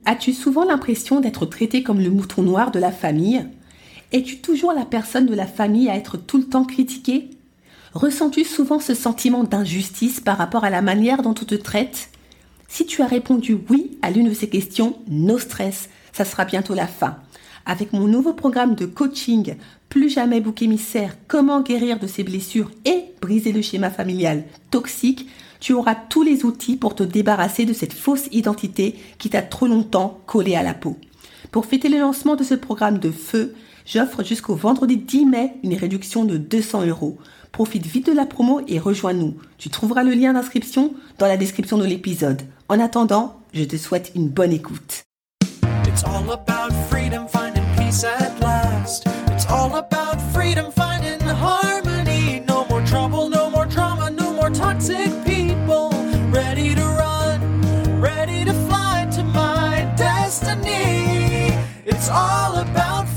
As-tu souvent l'impression d'être traité comme le mouton noir de la famille ? Es-tu toujours la personne de la famille à être tout le temps critiquée ? Ressens-tu souvent ce sentiment d'injustice par rapport à la manière dont on te traite ? Si tu as répondu oui à l'une de ces questions, no stress, ça sera bientôt la fin. Avec mon nouveau programme de coaching, Plus jamais bouc émissaire, comment guérir de ses blessures et briser le schéma familial toxique, tu auras tous les outils pour te débarrasser de cette fausse identité qui t'a trop longtemps collé à la peau. Pour fêter le lancement de ce programme de feu, j'offre jusqu'au vendredi 10 mai une réduction de 200 €. Profite vite de la promo et rejoins-nous. Tu trouveras le lien d'inscription dans la description de l'épisode. En attendant, je te souhaite une bonne écoute. It's all about freedom, finding peace at last. It's all about freedom, finding harmony. No more trouble, no more drama, no more toxic people. Ready to run, ready to fly to my destiny. It's all about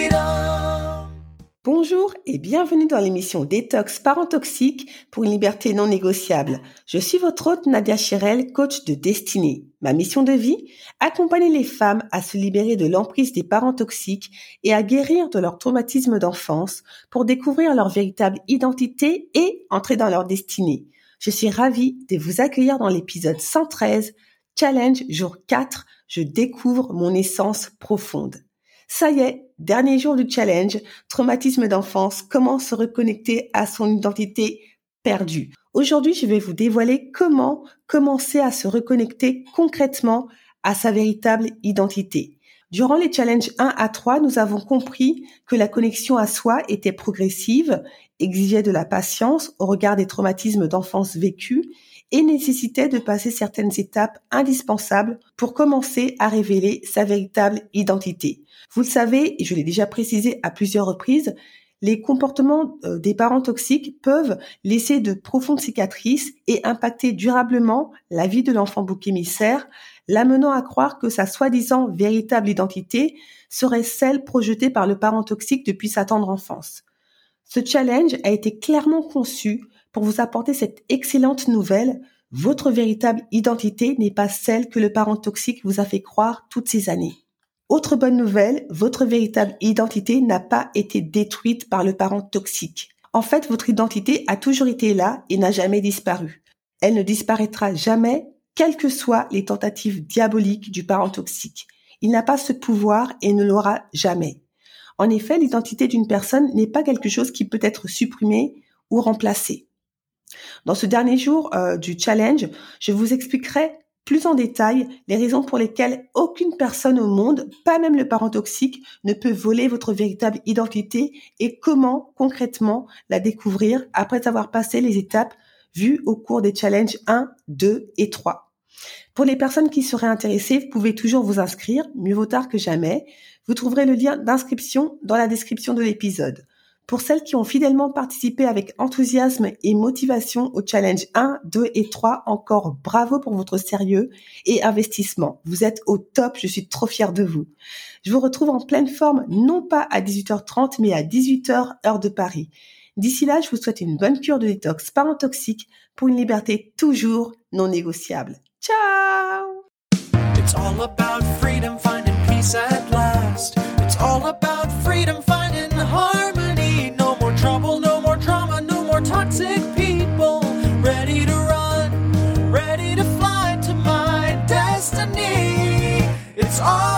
freedom. Bonjour et bienvenue dans l'émission Détox Parents Toxiques pour une liberté non négociable. Je suis votre hôte Nadia Chirel, coach de destinée. Ma mission de vie, accompagner les femmes à se libérer de l'emprise des parents toxiques et à guérir de leur traumatisme d'enfance pour découvrir leur véritable identité et entrer dans leur destinée. Je suis ravie de vous accueillir dans l'épisode 113, Challenge jour 4, je découvre mon essence profonde. Ça y est, dernier jour du challenge, traumatisme d'enfance, comment se reconnecter à son identité perdue. Aujourd'hui, je vais vous dévoiler comment commencer à se reconnecter concrètement à sa véritable identité. Durant les challenges 1 à 3, nous avons compris que la connexion à soi était progressive, exigeait de la patience au regard des traumatismes d'enfance vécus et nécessitait de passer certaines étapes indispensables pour commencer à révéler sa véritable identité. Vous le savez, et je l'ai déjà précisé à plusieurs reprises, les comportements des parents toxiques peuvent laisser de profondes cicatrices et impacter durablement la vie de l'enfant bouc émissaire, l'amenant à croire que sa soi-disant véritable identité serait celle projetée par le parent toxique depuis sa tendre enfance. Ce challenge a été clairement conçu pour vous apporter cette excellente nouvelle. Votre véritable identité n'est pas celle que le parent toxique vous a fait croire toutes ces années. Autre bonne nouvelle, votre véritable identité n'a pas été détruite par le parent toxique. En fait, votre identité a toujours été là et n'a jamais disparu. Elle ne disparaîtra jamais, quelles que soient les tentatives diaboliques du parent toxique. Il n'a pas ce pouvoir et ne l'aura jamais. En effet, l'identité d'une personne n'est pas quelque chose qui peut être supprimé ou remplacé. Dans ce dernier jour du challenge, je vous expliquerai plus en détail les raisons pour lesquelles aucune personne au monde, pas même le parent toxique, ne peut voler votre véritable identité et comment concrètement la découvrir après avoir passé les étapes vues au cours des challenges 1, 2 et 3. Pour les personnes qui seraient intéressées, vous pouvez toujours vous inscrire, mieux vaut tard que jamais. Vous trouverez le lien d'inscription dans la description de l'épisode. Pour celles qui ont fidèlement participé avec enthousiasme et motivation au challenge 1, 2 et 3, encore bravo pour votre sérieux et investissement. Vous êtes au top, je suis trop fière de vous. Je vous retrouve en pleine forme, non pas à 18h30, mais à 18h, heure de Paris. D'ici là, je vous souhaite une bonne cure de détox parent toxique pour une liberté toujours non négociable. Ciao! It's all about freedom, finding peace at last. It's all about freedom, finding harmony. No more trouble, no more drama, no more toxic people. Ready to run, ready to fly to my destiny. It's all